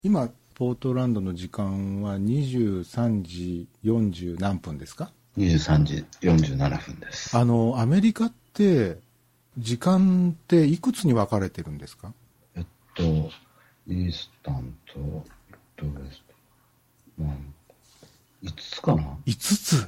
今、ポートランドの時間は23時40何分ですか？ 23時47分です。 アメリカって、時間っていくつに分かれてるんですか？ イースタンと、ウエスト。5つかな？ 5 つ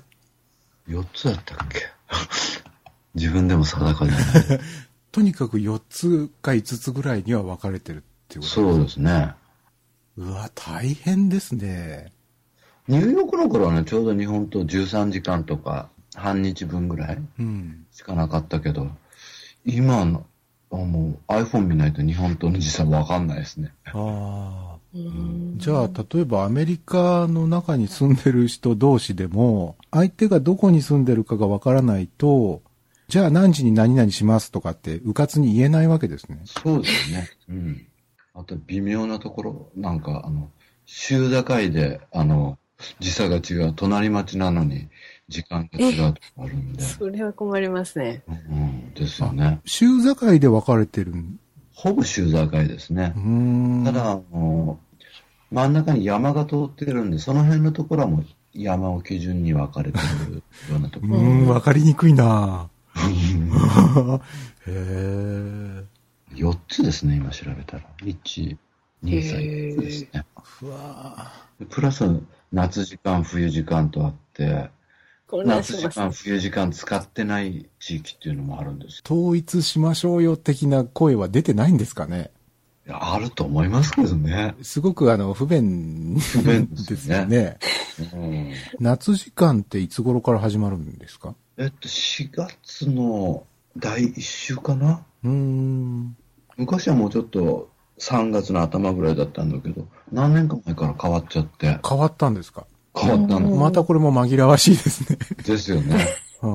4 つだったっけ自分でも定かじゃない。 とにかく4つか5つぐらいには分かれてるっていうことですか？ そうですね。 うわ、大変ですね。 ニューヨークの頃はね、ちょうど日本と13時間とか半日分ぐらいしかなかったけど、今のもう iPhone 見ないと日本との時差分かんないですね。 ああ。じゃあ、例えばアメリカの中に住んでる人同士でも、相手がどこに住んでるかが分からないと、じゃあ何時に何々しますとかって迂闊に言えないわけですね。 そうですね。うん。あと微妙なところ、なんか週境で時差が違う、隣町なのに時間が違うとかあるんで。 それは困りますね。 ですよね。 週境で分かれてる。 ほぼ週境ですね。ただ真ん中に山が通ってるんで、その辺のところはもう山を基準に分かれてるようなところ。 分かりにくいなへえ。 4つですね、今調べたら。1、2、3ですね。 うわプラス夏時間、冬時間とあって、夏時間、冬時間使ってない地域っていうのもあるんです。 統一しましょうよ的な声は出てないんですかね？ いや、あると思いますけどね。 すごく不便ですよね。夏時間っていつ頃から始まるんですか ？4月の第1週かな。昔はもうちょっと3月の頭ぐらいだったんだけど、何年か前から変わっちゃって。 変わったんですか？ 変わったんです。 またこれも紛らわしいですね。 ですよね。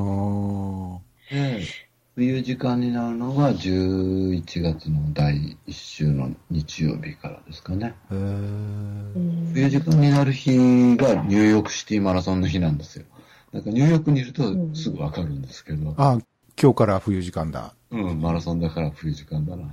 冬時間になるのが11月の第1週の日曜日からですかね。冬時間になる日がニューヨークシティマラソンの日なんですよ。なんかニューヨークにいるとすぐわかるんですけど。 今日から冬時間だ。 マラソンだから冬時間だな。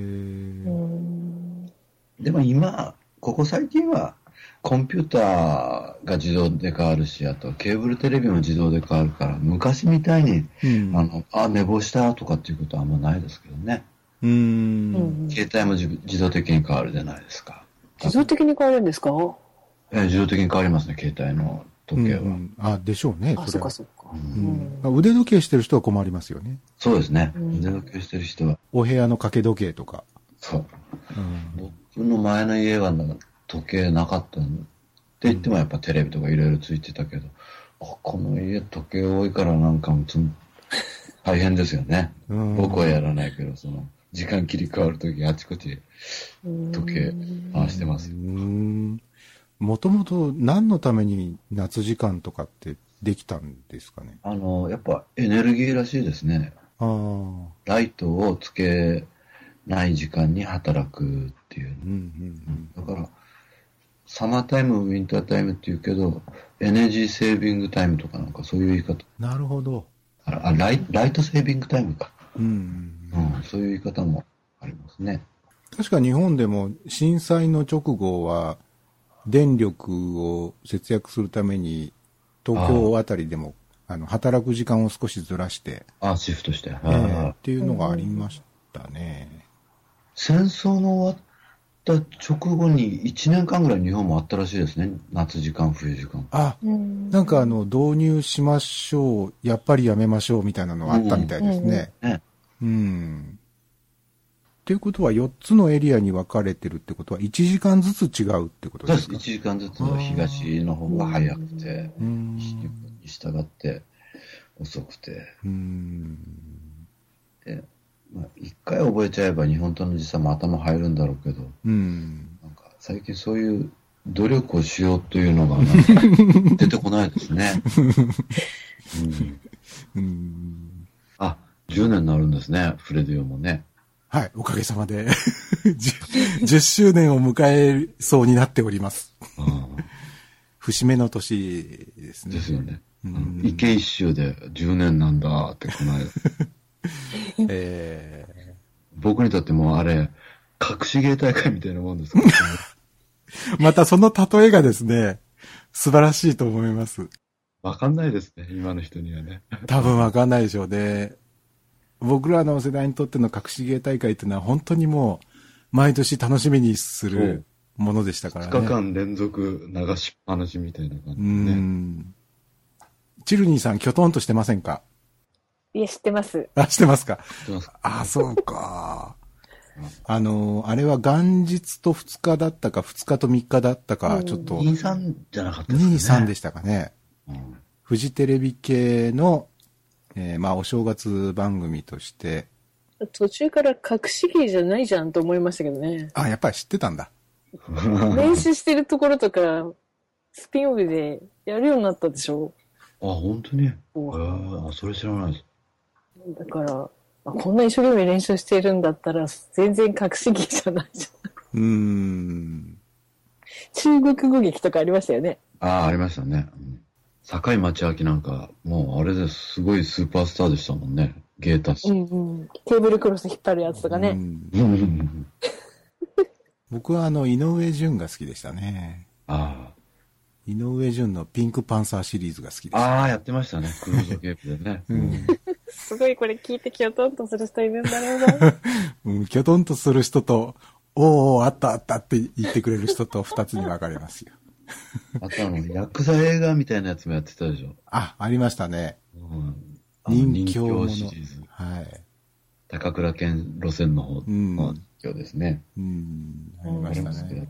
でも今、ここ最近はコンピューターが自動で変わるし、あとケーブルテレビも自動で変わるから、昔みたいに、寝坊したとかっていうことはあんまないですけどね。携帯も自動的に変わるじゃないですか。 自動的に変わるんですか？ 自動的に変わりますね、携帯の時計は。 でしょうね。 そっかそっか。 腕時計してる人は困りますよね。 そうですね。腕時計してる人は。 お部屋の掛け時計とか。 そう。僕の前の家は時計なかったって言ってもやっぱテレビとかいろいろついてたけど、この家時計多いからなんか大変ですよね。僕はやらないけど、時間切り替わるときあちこち時計回してますよ。 もともと何のために夏時間とかってできたんですかね？ やっぱエネルギーらしいですね。ライトをつけない時間に働くっていう。だから、サマータイム、ウィンタータイムって言うけど、エネジーセービングタイムとかなんかそういう言い方。 なるほど。 ライトセービングタイムか。そういう言い方もありますね。 確か日本でも震災の直後は、電力を節約するために、東京あたりでも、働く時間を少しずらして。 シフトして。 っていうのがありましたね。 戦争の終わった直後に1年間ぐらい日本もあったらしいですね。夏時間、冬時間。 なんか導入しましょう、やっぱりやめましょうみたいなのがあったみたいですね。っていうことは4つのエリアに分かれてるってことは1時間ずつ違うってことですか？ そうです。1時間ずつ東の方が早くて、西に従って遅くて。一回覚えちゃえば日本との時差も頭入るんだろうけど、なんか最近そういう努力をしようというのが出てこないですね。10年になるんですね、フレディオもね。 はい、おかげさまで10周年を迎えそうになっております。節目の年ですね。 ですよね。池一周で10年なんだってこの間。僕にとってもあれ、隠し芸大会みたいなもんですから、ね。 またその例えがですね、素晴らしいと思います。 わかんないですね、今の人にはね。 多分わかんないでしょうね。僕らの世代にとっての隠し芸大会っていうのは本当にもう、毎年楽しみにするものでしたからね。 2日間連続流しっぱなしみたいな感じでね。 チルニーさん、きょとんとしてませんか？ いや、知ってます。 あ、してますか？ 知ってますか？ あ、そうか。あれは元日と2日だったか、2日と3日だったか、ちょっと。 2、3じゃなかったですかね。 2、3でしたかね。フジテレビ系の、まあ、お正月番組として。 途中から隠し芸じゃないじゃんと思いましたけどね。 あ、やっぱり知ってたんだ。 練習してるところとか、スピンオフでやるようになったでしょ？ あ、本当に？それ知らないです。 だから、こんな一生懸命練習してるんだったら、全然隠し芸じゃないじゃん。中国語劇とかありましたよね。 ありましたね。堺町明なんか、もうあれですごいスーパースターでしたもんね。芸達者。 テーブルクロス引っ張るやつとかね。 僕は井上順が好きでしたね。井上順のピンクパンサーシリーズが好きでした、 やってましたね。クローズゲープでね。 すごいこれ聞いてキョトンとする人いるんだろうな。 キョトンとする人と、おー、あったあったって言ってくれる人と2つに分かれますよ。 あとヤクザ映画みたいなやつもやってたでしょ。 ありましたね。 人形シリーズ。 はい。 高倉健路線の方の人形ですね。 ありましたね。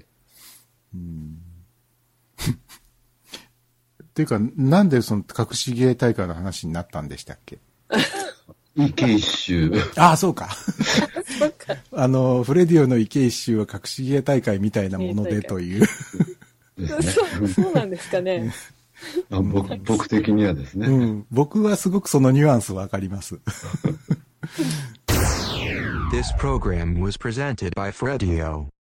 っていうか、なんでその隠し芸大会の話になったんでしたっけ？ 池一周。 そうか。フレディオの池一周は隠し芸大会みたいなものでという。 そうなんですかね。 僕的にはですね。 僕はすごくそのニュアンスわかります。 This program was presented by Fredio.